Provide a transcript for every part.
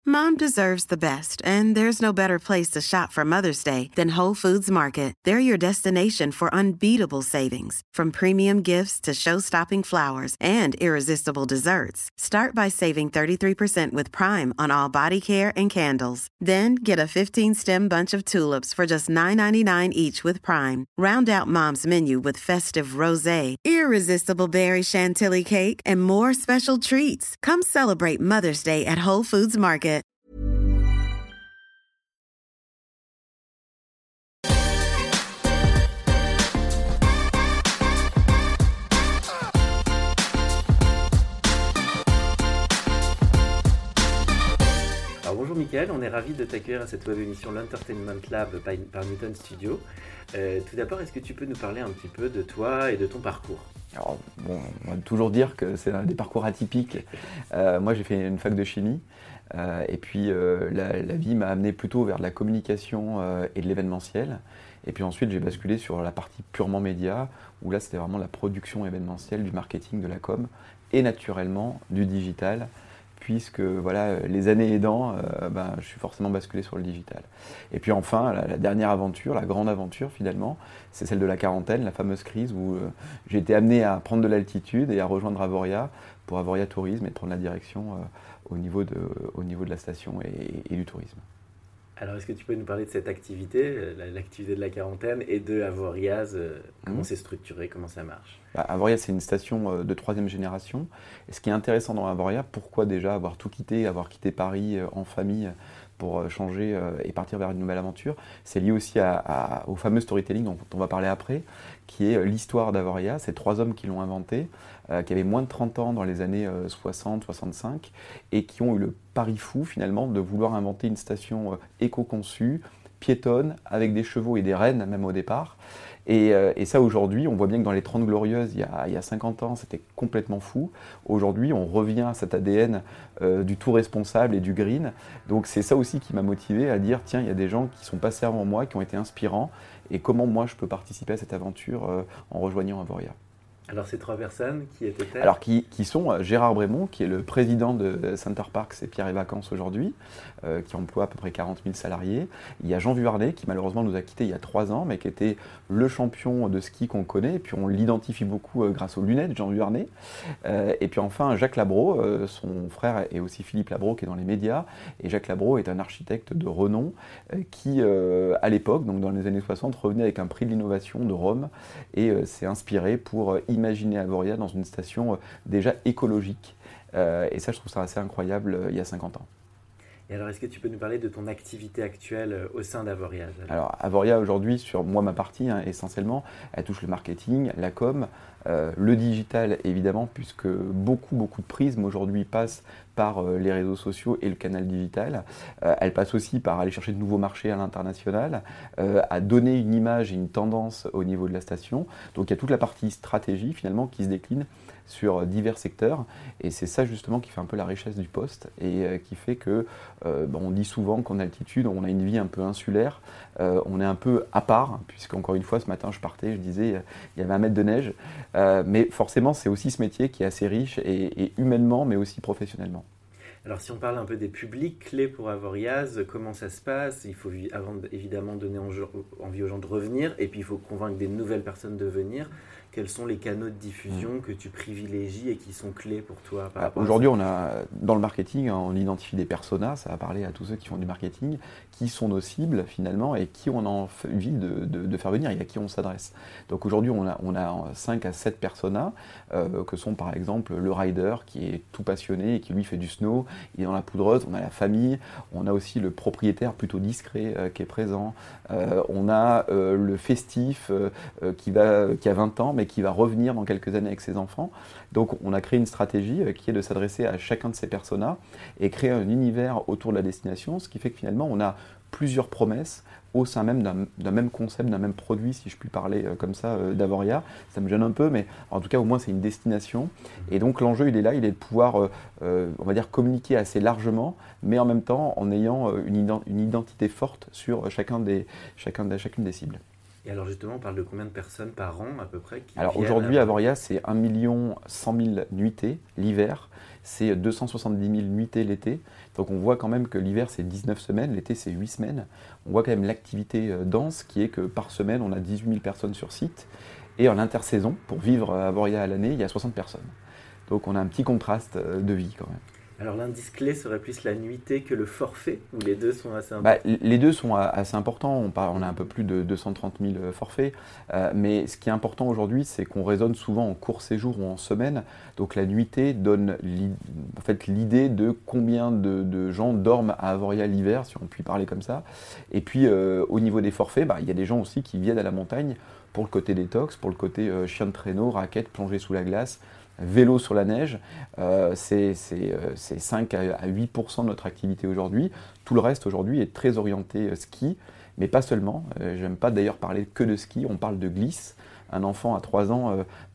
Mom deserves the best, and there's no better place to shop for Mother's Day than Whole Foods Market. They're your destination for unbeatable savings, from premium gifts to show-stopping flowers and irresistible desserts. Start by saving 33% with Prime on all body care and candles. Then get a 15-stem bunch of tulips for just $9.99 each with Prime. Round out Mom's menu with festive rosé, irresistible berry chantilly cake, and more special treats. Come celebrate Mother's Day at Whole Foods Market. Alors bonjour Mickaël, on est ravis de t'accueillir à cette web émission l'Entertainment Lab par Newton Studio. Tout d'abord, est-ce que tu peux nous parler un petit peu de toi et de ton parcours ? Alors, bon, on va toujours dire que c'est des parcours atypiques. Moi, j'ai fait une fac de chimie et puis la vie m'a amené plutôt vers de la communication et de l'événementiel. Et puis ensuite, j'ai basculé sur la partie purement média, où là, c'était vraiment la production événementielle, du marketing, de la com, et naturellement du digital, puisque voilà, les années aidant, je suis forcément basculé sur le digital. Et puis enfin, la dernière aventure, la grande aventure finalement, c'est celle de la quarantaine, la fameuse crise où j'ai été amené à prendre de l'altitude et à rejoindre Avoria pour Avoria Tourisme et de prendre la direction au niveau de la station et du tourisme. Alors, est-ce que tu peux nous parler de cette activité, l'activité de la quarantaine et de Avoriaz, comment c'est structuré, comment ça marche ? Avoria, c'est une station de 3e génération. Et ce qui est intéressant dans Avoria, pourquoi déjà avoir tout quitté, avoir quitté Paris en famille pour changer et partir vers une nouvelle aventure, c'est lié aussi au fameux storytelling dont on va parler après, qui est l'histoire d'Avoria. C'est 3 hommes qui l'ont inventé, qui avaient moins de 30 ans dans les années 60-65 et qui ont eu le pari fou finalement de vouloir inventer une station éco-conçue, piétonne, avec des chevaux et des rennes même au départ. Et ça aujourd'hui, on voit bien que dans les 30 Glorieuses, il y a 50 ans, c'était complètement fou. Aujourd'hui, on revient à cet ADN du tout responsable et du green. Donc c'est ça aussi qui m'a motivé à dire, tiens, il y a des gens qui sont passés avant moi, qui ont été inspirants, et comment moi je peux participer à cette aventure en rejoignant Avoria. Alors ces 3 personnes, qui étaient-elles ? Alors qui sont Gérard Brémond, qui est le président de Center Parcs et Pierre et Vacances aujourd'hui, qui emploie à peu près 40 000 salariés. Il y a Jean Vuarnet, qui malheureusement nous a quittés il y a 3 ans, mais qui était le champion de ski qu'on connaît, et puis on l'identifie beaucoup grâce aux lunettes de Jean Vuarnet. Et puis enfin Jacques Labro, son frère est aussi Philippe Labro, qui est dans les médias, et Jacques Labro est un architecte de renom qui, à l'époque, donc dans les années 60, revenait avec un prix de l'innovation de Rome, et s'est inspiré pour imaginer Avoria dans une station déjà écologique. Et ça, je trouve ça assez incroyable il y a 50 ans. Et alors, est-ce que tu peux nous parler de ton activité actuelle au sein d'Avoria ? Alors, Avoria, aujourd'hui, sur moi, ma partie, essentiellement, elle touche le marketing, la com, le digital, évidemment, puisque beaucoup de prismes aujourd'hui passent par les réseaux sociaux et le canal digital. Elle passe aussi par aller chercher de nouveaux marchés à l'international, à donner une image et une tendance au niveau de la station. Donc, il y a toute la partie stratégie, finalement, qui se décline sur divers secteurs, et c'est ça justement qui fait un peu la richesse du poste et qui fait que on dit souvent qu'en altitude on a une vie un peu insulaire, on est un peu à part, puisqu'encore une fois ce matin je partais, je disais il y avait 1 mètre de neige, mais forcément c'est aussi ce métier qui est assez riche et humainement mais aussi professionnellement. Alors si on parle un peu des publics clés pour Avoriaz, comment ça se passe ? Il faut évidemment donner envie aux gens de revenir, et puis il faut convaincre des nouvelles personnes de venir. Quels sont les canaux de diffusion que tu privilégies et qui sont clés pour toi par rapport Aujourd'hui, on a, dans le marketing, on identifie des personas, ça va parler à tous ceux qui font du marketing, qui sont nos cibles finalement et qui on a envie de faire venir et à qui on s'adresse. Donc aujourd'hui, on a 5 à 7 personas, que sont par exemple le rider qui est tout passionné et qui lui fait du snow, il est dans la poudreuse, on a la famille, on a aussi le propriétaire plutôt discret qui est présent, on a le festif qui a 20 ans mais qui va revenir dans quelques années avec ses enfants. Donc on a créé une stratégie qui est de s'adresser à chacun de ces personas et créer un univers autour de la destination, ce qui fait que finalement on a plusieurs promesses au sein même d'un même concept, d'un même produit, si je puis parler comme ça, d'Avoria. Ça me gêne un peu, mais en tout cas au moins c'est une destination. Et donc l'enjeu il est de pouvoir, on va dire, communiquer assez largement, mais en même temps en ayant une identité forte sur chacune des cibles. Et alors justement, on parle de combien de personnes par an à peu près qui Alors viennent aujourd'hui, Avoria, c'est 1 100 000 nuitées l'hiver, c'est 270 000 nuitées l'été. Donc on voit quand même que l'hiver, c'est 19 semaines, l'été, c'est 8 semaines. On voit quand même l'activité dense qui est que par semaine, on a 18 000 personnes sur site. Et en intersaison, pour vivre à Avoria à l'année, il y a 60 personnes. Donc on a un petit contraste de vie quand même. Alors l'indice clé serait plus la nuitée que le forfait, ou les deux sont assez importants? Les deux sont assez importants, on a un peu plus de 230 000 forfaits, mais ce qui est important aujourd'hui, c'est qu'on raisonne souvent en court séjour ou en semaine, donc la nuitée donne en fait, l'idée de combien de gens dorment à Avoria l'hiver, si on peut parler comme ça, et puis au niveau des forfaits, il y a des gens aussi qui viennent à la montagne pour le côté détox, pour le côté chien de traîneau, raquette, plongée sous la glace, vélo sur la neige, c'est 5 à 8% de notre activité aujourd'hui. Tout le reste aujourd'hui est très orienté ski, mais pas seulement. J'aime pas d'ailleurs parler que de ski, on parle de glisse. Un enfant à 3 ans,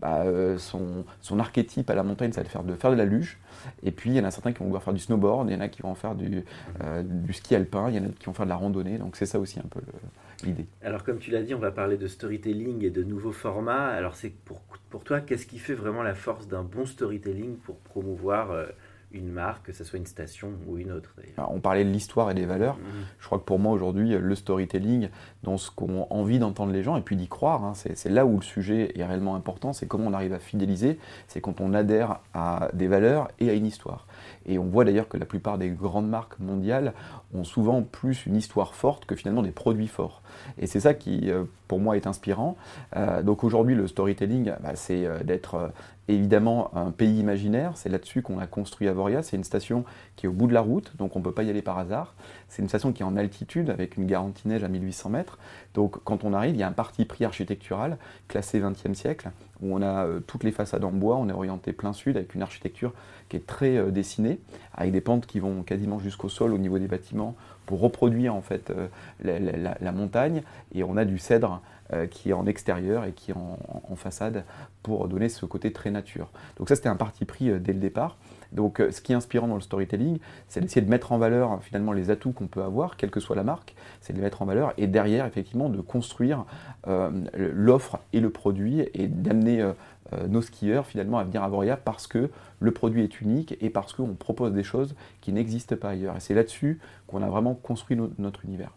son archétype à la montagne, ça va être de faire de la luge. Et puis il y en a certains qui vont vouloir faire du snowboard, il y en a qui vont faire du ski alpin, il y en a qui vont faire de la randonnée. Donc c'est ça aussi un peu l'idée. Alors comme tu l'as dit, on va parler de storytelling et de nouveaux formats. Alors c'est pour toi, qu'est-ce qui fait vraiment la force d'un bon storytelling pour promouvoir une marque, que ce soit une station ou une autre d'ailleurs? Alors, on parlait de l'histoire et des valeurs. Je crois que pour moi aujourd'hui, le storytelling, dans ce qu'ont envie d'entendre les gens et puis d'y croire, hein, c'est là où le sujet est réellement important, c'est comment on arrive à fidéliser, c'est quand on adhère à des valeurs et à une histoire. Et on voit d'ailleurs que la plupart des grandes marques mondiales ont souvent plus une histoire forte que finalement des produits forts. Et c'est ça qui, pour moi, est inspirant. Donc aujourd'hui, le storytelling, c'est d'être évidemment un pays imaginaire. C'est là-dessus qu'on a construit Avoria. C'est une station qui est au bout de la route, donc on ne peut pas y aller par hasard. C'est une station qui est en altitude avec une garantie neige à 1800 mètres. Donc quand on arrive, il y a un parti pris architectural classé 20e siècle où on a toutes les façades en bois. On est orienté plein sud avec une architecture qui est très dessinée, avec des pentes qui vont quasiment jusqu'au sol au niveau des bâtiments pour reproduire en fait la montagne. Et on a du cèdre qui est en extérieur et qui est en façade pour donner ce côté très nature. Donc ça, c'était un parti pris dès le départ. Donc ce qui est inspirant dans le storytelling, c'est d'essayer de mettre en valeur finalement les atouts qu'on peut avoir, quelle que soit la marque, c'est de les mettre en valeur et derrière effectivement de construire l'offre et le produit et d'amener nos skieurs finalement à venir à Avoria parce que le produit est unique et parce qu'on propose des choses qui n'existent pas ailleurs. Et c'est là-dessus qu'on a vraiment construit notre univers.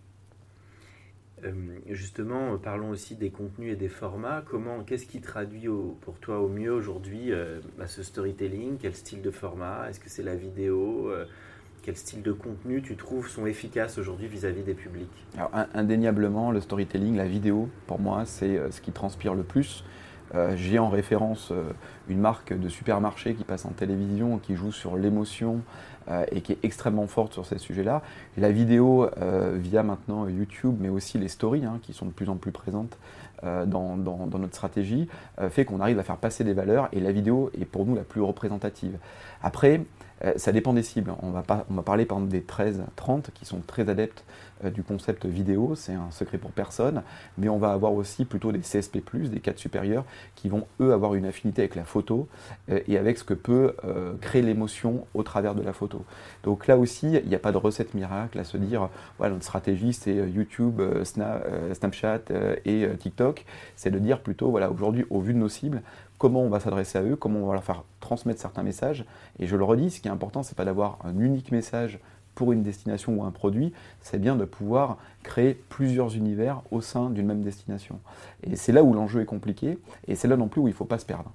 Justement, parlons aussi des contenus et des formats. Qu'est-ce qui traduit pour toi au mieux aujourd'hui ce storytelling? Quel style de format? Est-ce que c'est la vidéo? Quel style de contenu tu trouves sont efficaces aujourd'hui vis-à-vis des publics? Alors, indéniablement, le storytelling, la vidéo, pour moi, c'est ce qui transpire le plus. J'ai en référence une marque de supermarché qui passe en télévision, qui joue sur l'émotion et qui est extrêmement forte sur ces sujets-là. La vidéo via maintenant YouTube, mais aussi les stories qui sont de plus en plus présentes dans notre stratégie, fait qu'on arrive à faire passer des valeurs et la vidéo est pour nous la plus représentative. Après, ça dépend des cibles. On va parler par exemple des 13-30 qui sont très adeptes du concept vidéo, c'est un secret pour personne, mais on va avoir aussi plutôt des CSP+, des cadres supérieurs, qui vont eux avoir une affinité avec la photo et avec ce que peut créer l'émotion au travers de la photo. Donc là aussi, il n'y a pas de recette miracle à se dire, voilà, notre stratégie c'est YouTube, Snapchat et TikTok, c'est de dire plutôt, voilà, aujourd'hui au vu de nos cibles, comment on va s'adresser à eux, comment on va leur faire transmettre certains messages. Et je le redis, ce qui est important, c'est pas d'avoir un unique message pour une destination ou un produit, c'est bien de pouvoir créer plusieurs univers au sein d'une même destination. Et c'est là où l'enjeu est compliqué, et c'est là non plus où il ne faut pas se perdre.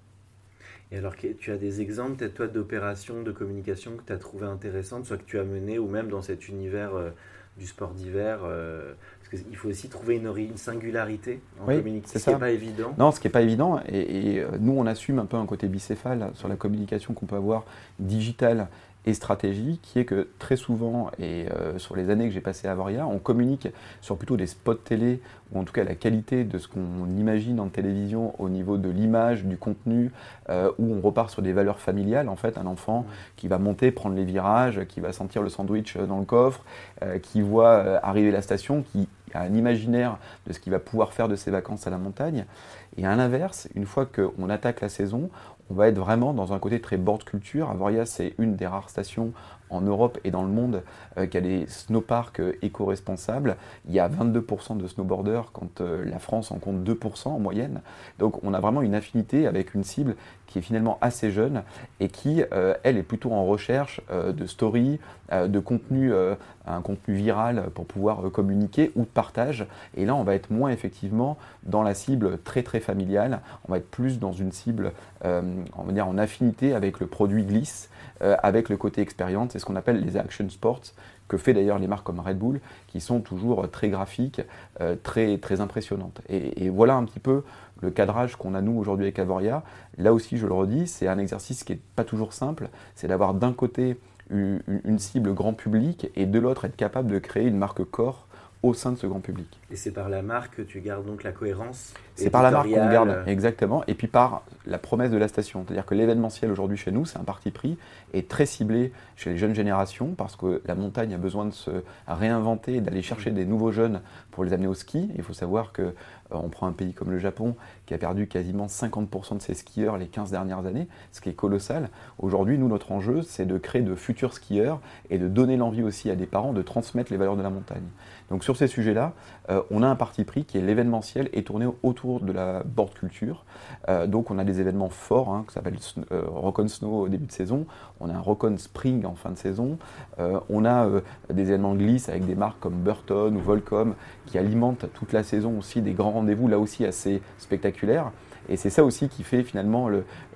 Et alors, tu as des exemples, peut-être toi, d'opérations de communication que tu as trouvées intéressantes, soit que tu as menées, ou même dans cet univers du sport d'hiver parce qu'il faut aussi trouver une singularité en communication, ce qui n'est pas évident. Non, ce qui n'est pas évident, et nous on assume un peu un côté bicéphale sur la communication qu'on peut avoir digitale et stratégie, qui est que très souvent, et sur les années que j'ai passées à Avoria, on communique sur plutôt des spots télé, ou en tout cas la qualité de ce qu'on imagine en télévision au niveau de l'image, du contenu, où on repart sur des valeurs familiales. En fait, un enfant qui va monter, prendre les virages, qui va sentir le sandwich dans le coffre, qui voit arriver la station, qui a un imaginaire de ce qu'il va pouvoir faire de ses vacances à la montagne. Et à l'inverse, une fois qu'on attaque la saison, on va être vraiment dans un côté très board culture. Avoria, c'est une des rares stations en Europe et dans le monde qui a des snowparks éco-responsables. Il y a 22% de snowboarders quand la France en compte 2% en moyenne. Donc on a vraiment une affinité avec une cible qui est finalement assez jeune et qui, elle, est plutôt en recherche de story, de contenu, un contenu viral pour pouvoir communiquer ou de partage. Et là, on va être moins effectivement dans la cible très très familiale. On va être plus dans une cible, on va dire, en affinité avec le produit glisse, avec le côté expérience. C'est ce qu'on appelle les action sports, que fait d'ailleurs les marques comme Red Bull, qui sont toujours très graphiques, très, très impressionnantes. Et voilà un petit peu le cadrage qu'on a nous aujourd'hui avec Avoria. Là aussi, je le redis, c'est un exercice qui n'est pas toujours simple. C'est d'avoir d'un côté une cible grand public et de l'autre être capable de créer une marque corps au sein de ce grand public. Et c'est par la marque que tu gardes donc la cohérence. C'est par la marque qu'on garde, exactement, et puis par la promesse de la station. C'est-à-dire que l'événementiel aujourd'hui chez nous, c'est un parti pris et très ciblé chez les jeunes générations parce que la montagne a besoin de se réinventer et d'aller chercher des nouveaux jeunes pour les amener au ski. Il faut savoir que on prend un pays comme le Japon qui a perdu quasiment 50% de ses skieurs les 15 dernières années, ce qui est colossal. Aujourd'hui, nous, notre enjeu, c'est de créer de futurs skieurs et de donner l'envie aussi à des parents de transmettre les valeurs de la montagne. Donc sur ces sujets-là, on a un parti pris qui est l'événementiel et tourné autour de la board culture. Donc on a des événements forts qui s'appellent Rock on Snow au début de saison, on a un Rock on Spring en fin de saison, on a des événements glisse avec des marques comme Burton ou Volcom qui alimentent toute la saison aussi des grands rendez-vous là aussi assez spectaculaires. Et c'est ça aussi qui fait finalement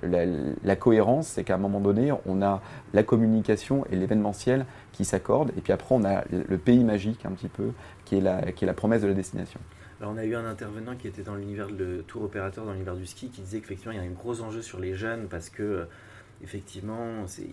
la cohérence, c'est qu'à un moment donné, on a la communication et l'événementiel qui s'accordent, et puis après on a le pays magique un petit peu, qui est la promesse de la destination. Alors on a eu un intervenant qui était dans l'univers de tour opérateur, dans l'univers du ski, qui disait qu'effectivement il y a un gros enjeu sur les jeunes parce que effectivement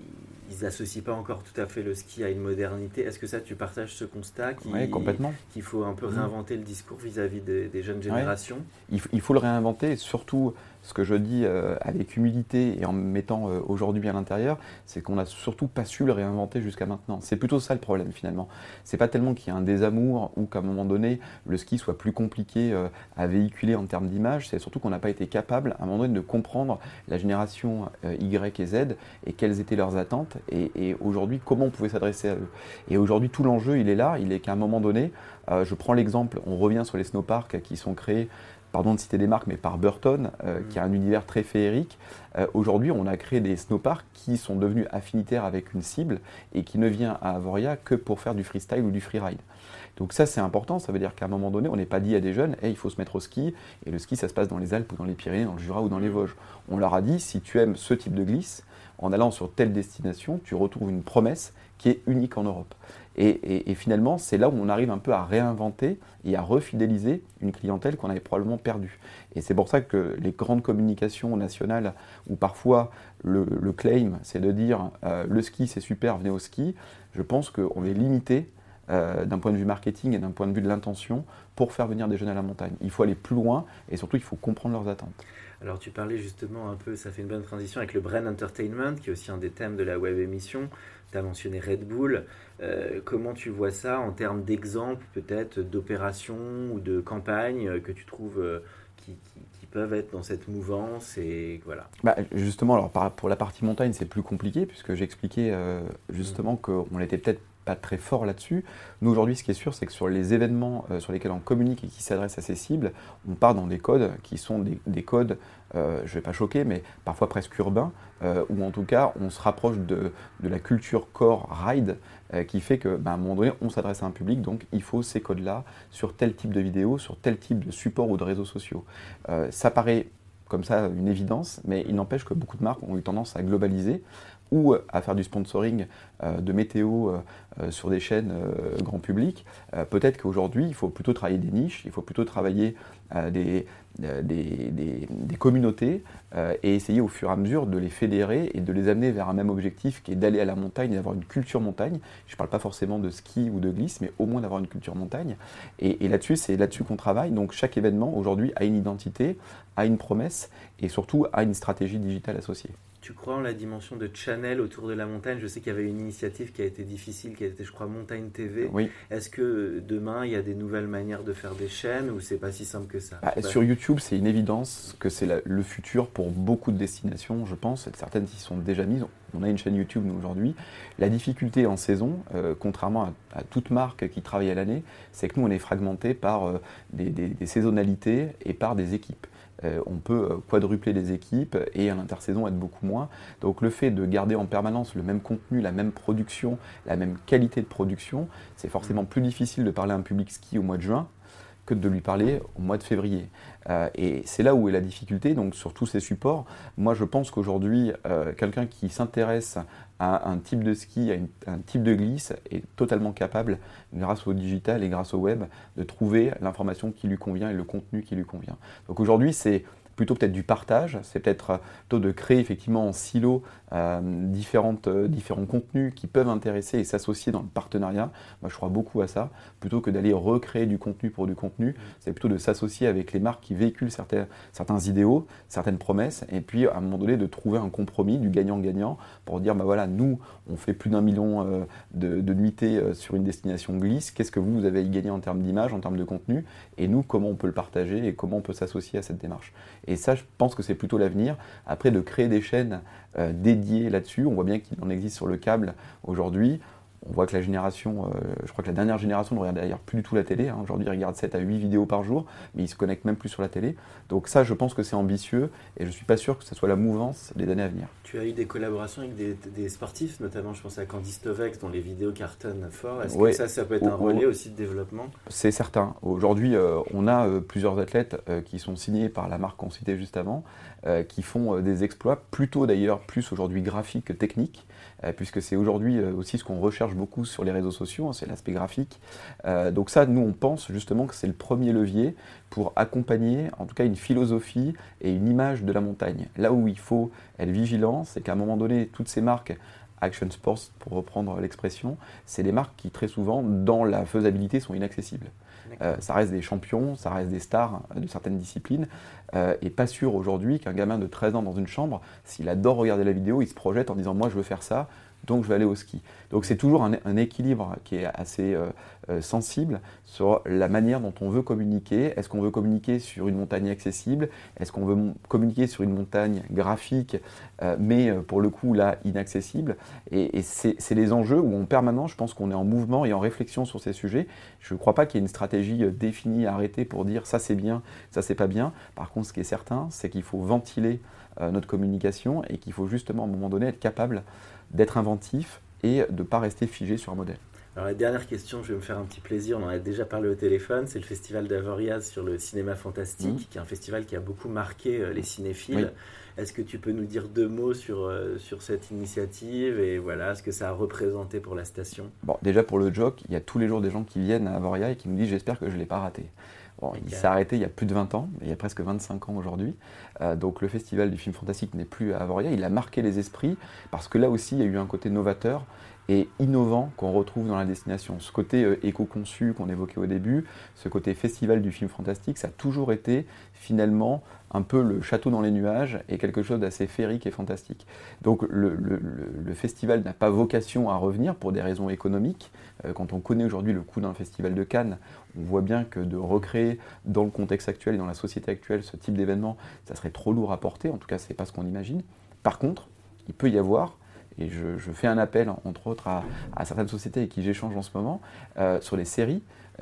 ils n'associent pas encore tout à fait le ski à une modernité. Est-ce que ça tu partages ce constat Oui, complètement. Qu'il faut un peu réinventer le discours vis-à-vis des jeunes générations? Il faut le réinventer, surtout ce que je dis avec humilité et en me mettant aujourd'hui à l'intérieur, c'est qu'on n'a surtout pas su le réinventer jusqu'à maintenant. C'est plutôt ça le problème finalement. C'est pas tellement qu'il y a un désamour ou qu'à un moment donné le ski soit plus compliqué à véhiculer en termes d'image, c'est surtout qu'on n'a pas été capable à un moment donné de comprendre la génération Y et Z et quelles étaient leurs attentes et aujourd'hui comment on pouvait s'adresser à eux. Et aujourd'hui tout l'enjeu il est là, il est qu'à un moment donné, je prends l'exemple, on revient sur les snowparks qui sont créés, pardon de citer des marques, mais par Burton, qui a un univers très féerique. Aujourd'hui, on a créé des snowparks qui sont devenus affinitaires avec une cible et qui ne vient à Avoria que pour faire du freestyle ou du freeride. Donc ça, c'est important, ça veut dire qu'à un moment donné, on n'est pas dit à des jeunes, hey, il faut se mettre au ski, et le ski, ça se passe dans les Alpes ou dans les Pyrénées, dans le Jura ou dans les Vosges. On leur a dit, si tu aimes ce type de glisse, en allant sur telle destination, tu retrouves une promesse qui est unique en Europe. Et finalement, c'est là où on arrive un peu à réinventer et à refidéliser une clientèle qu'on avait probablement perdue. Et c'est pour ça que les grandes communications nationales, où parfois le claim, c'est de dire le ski c'est super, venez au ski, je pense qu'on est limité d'un point de vue marketing et d'un point de vue de l'intention pour faire venir des jeunes à la montagne. Il faut aller plus loin et surtout il faut comprendre leurs attentes. Alors tu parlais justement un peu, ça fait une bonne transition avec le brand entertainment qui est aussi un des thèmes de la web émission. Tu as mentionné Red Bull. Comment tu vois ça en termes d'exemples peut-être d'opérations ou de campagnes que tu trouves qui peuvent être dans cette mouvance et voilà. Justement, alors pour la partie montagne c'est plus compliqué puisque j'expliquais justement qu'on n'était peut-être pas très fort là-dessus. Nous aujourd'hui ce qui est sûr c'est que sur les événements sur lesquels on communique et qui s'adressent à ces cibles, on part dans des codes qui sont des codes, je ne vais pas choquer, mais parfois presque urbains, ou en tout cas on se rapproche de la culture core ride qui fait qu'à un moment donné on s'adresse à un public, donc il faut ces codes-là sur tel type de vidéo, sur tel type de support ou de réseaux sociaux. Ça paraît comme ça une évidence, mais il n'empêche que beaucoup de marques ont eu tendance à globaliser ou à faire du sponsoring de météo sur des chaînes grand public. Peut-être qu'aujourd'hui, il faut plutôt travailler des niches, il faut plutôt travailler des communautés et essayer au fur et à mesure de les fédérer et de les amener vers un même objectif qui est d'aller à la montagne et d'avoir une culture montagne. Je ne parle pas forcément de ski ou de glisse, mais au moins d'avoir une culture montagne. Et là-dessus, c'est là-dessus qu'on travaille. Donc chaque événement aujourd'hui a une identité, a une promesse et surtout a une stratégie digitale associée. Tu crois en la dimension de channel autour de la montagne? Je sais qu'il y avait une initiative qui a été difficile, qui a été, je crois, Montagne TV. Oui. Est-ce que demain, il y a des nouvelles manières de faire des chaînes ou c'est pas si simple que ça? Sur YouTube, c'est une évidence que c'est le futur pour beaucoup de destinations, je pense. Certaines s'y sont déjà mises. On a une chaîne YouTube, nous, aujourd'hui. La difficulté en saison, contrairement à toute marque qui travaille à l'année, c'est que nous, on est fragmenté par des saisonnalités et par des équipes. On peut quadrupler les équipes et à l'intersaison être beaucoup moins. Donc le fait de garder en permanence le même contenu, la même production, la même qualité de production, c'est forcément plus difficile de parler à un public ski au mois de juin que de lui parler au mois de février. Et c'est là où est la difficulté, donc sur tous ces supports. Moi je pense qu'aujourd'hui, quelqu'un qui s'intéresse à un type de ski, à un type de glisse, est totalement capable, grâce au digital et grâce au web, de trouver l'information qui lui convient et le contenu qui lui convient. Donc aujourd'hui, c'est plutôt peut-être du partage, c'est peut-être plutôt de créer effectivement en silo différents contenus qui peuvent intéresser et s'associer dans le partenariat. Moi je crois beaucoup à ça, plutôt que d'aller recréer du contenu pour du contenu, c'est plutôt de s'associer avec les marques qui véhiculent certains idéaux, certaines promesses, et puis à un moment donné de trouver un compromis, du gagnant-gagnant, pour dire bah voilà, nous on fait plus d'1 million de nuitées sur une destination glisse, qu'est-ce que vous avez gagné en termes d'image, en termes de contenu, et nous comment on peut le partager et comment on peut s'associer à cette démarche. Et ça, je pense que c'est plutôt l'avenir. Après, de créer des chaînes dédiées là-dessus, on voit bien qu'il en existe sur le câble aujourd'hui. On voit que la génération, je crois que la dernière génération ne regarde d'ailleurs plus du tout la télé. Aujourd'hui, ils regardent 7 à 8 vidéos par jour, mais ils ne se connectent même plus sur la télé. Donc ça, je pense que c'est ambitieux et je ne suis pas sûr que ce soit la mouvance des années à venir. Tu as eu des collaborations avec des sportifs, notamment je pense à Candice Stovek, dont les vidéos cartonnent fort. Est-ce que ça peut être un relais aussi de développement? C'est certain. Aujourd'hui, on a plusieurs athlètes qui sont signés par la marque qu'on citait juste avant, qui font des exploits, plutôt d'ailleurs plus aujourd'hui graphiques que techniques, puisque c'est aujourd'hui aussi ce qu'on recherche beaucoup sur les réseaux sociaux, c'est l'aspect graphique. Donc ça, nous, on pense justement que c'est le premier levier pour accompagner, en tout cas, une philosophie et une image de la montagne. Là où il faut être vigilant, c'est qu'à un moment donné, toutes ces marques Action Sports, pour reprendre l'expression, c'est des marques qui, très souvent, dans la faisabilité, sont inaccessibles. Ça reste des champions, ça reste des stars de certaines disciplines, et pas sûr aujourd'hui qu'un gamin de 13 ans dans une chambre, s'il adore regarder la vidéo, il se projette en disant « moi, je veux faire ça ». Donc je vais aller au ski. Donc c'est toujours un équilibre qui est assez sensible sur la manière dont on veut communiquer. Est-ce qu'on veut communiquer sur une montagne accessible? Est-ce qu'on veut communiquer sur une montagne graphique, mais pour le coup là inaccessible? Et c'est les enjeux où en permanence, je pense qu'on est en mouvement et en réflexion sur ces sujets. Je ne crois pas qu'il y ait une stratégie définie, arrêtée pour dire ça c'est bien, ça c'est pas bien. Par contre, ce qui est certain, c'est qu'il faut ventiler notre communication et qu'il faut justement à un moment donné être capable d'être inventif et de ne pas rester figé sur un modèle. Alors la dernière question, je vais me faire un petit plaisir, on en a déjà parlé au téléphone, c'est le festival d'Avoriaz sur le cinéma fantastique, qui est un festival qui a beaucoup marqué les cinéphiles. Oui. Est-ce que tu peux nous dire 2 mots sur cette initiative et voilà ce que ça a représenté pour la station? Bon, déjà pour le joke, il y a tous les jours des gens qui viennent à Avoria et qui me disent j'espère que je ne l'ai pas raté. Bon, il s'est arrêté il y a plus de 20 ans, il y a presque 25 ans aujourd'hui. Donc le festival du film fantastique n'est plus à Avoria, il a marqué les esprits parce que là aussi il y a eu un côté novateur et innovant qu'on retrouve dans la destination. Ce côté éco-conçu qu'on évoquait au début, ce côté festival du film fantastique, ça a toujours été finalement un peu le château dans les nuages et quelque chose d'assez féerique et fantastique. Donc le festival n'a pas vocation à revenir pour des raisons économiques. Quand on connaît aujourd'hui le coût d'un festival de Cannes, on voit bien que de recréer dans le contexte actuel et dans la société actuelle ce type d'événement, ça serait trop lourd à porter, en tout cas c'est pas ce qu'on imagine. Par contre, il peut y avoir, et je fais un appel entre autres à certaines sociétés avec qui j'échange en ce moment, sur les séries,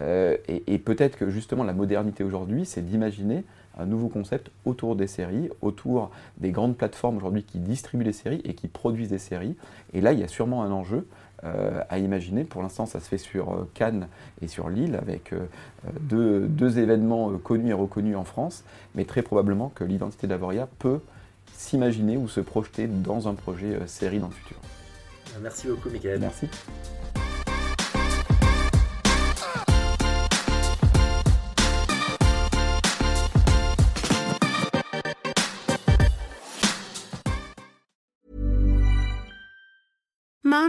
et peut-être que justement la modernité aujourd'hui, c'est d'imaginer un nouveau concept autour des séries, autour des grandes plateformes aujourd'hui qui distribuent les séries et qui produisent des séries. Et là, il y a sûrement un enjeu à imaginer. Pour l'instant, ça se fait sur Cannes et sur Lille, avec deux événements connus et reconnus en France, mais très probablement que l'identité d'Avoria peut s'imaginer ou se projeter dans un projet série dans le futur. Merci beaucoup, Michael. Merci.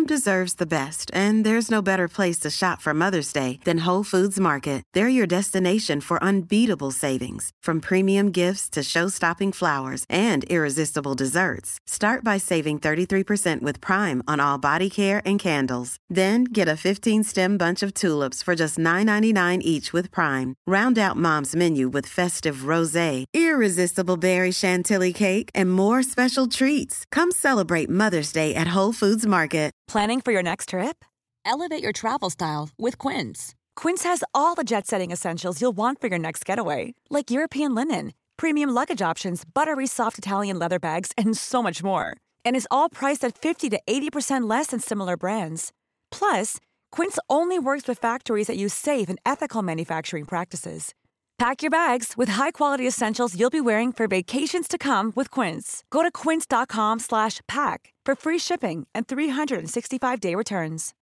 Mom deserves the best, and there's no better place to shop for Mother's Day than Whole Foods Market. They're your destination for unbeatable savings, from premium gifts to show-stopping flowers and irresistible desserts. Start by saving 33% with Prime on all body care and candles. Then get a 15-stem bunch of tulips for just $9.99 each with Prime. Round out Mom's menu with festive rosé, irresistible berry chantilly cake, and more special treats. Come celebrate Mother's Day at Whole Foods Market. Planning for your next trip? Elevate your travel style with Quince. Quince has all the jet-setting essentials you'll want for your next getaway, like European linen, premium luggage options, buttery soft Italian leather bags, and so much more. And is all priced at 50 to 80% less than similar brands. Plus, Quince only works with factories that use safe and ethical manufacturing practices. Pack your bags with high-quality essentials you'll be wearing for vacations to come with Quince. Go to quince.com/pack for free shipping and 365-day returns.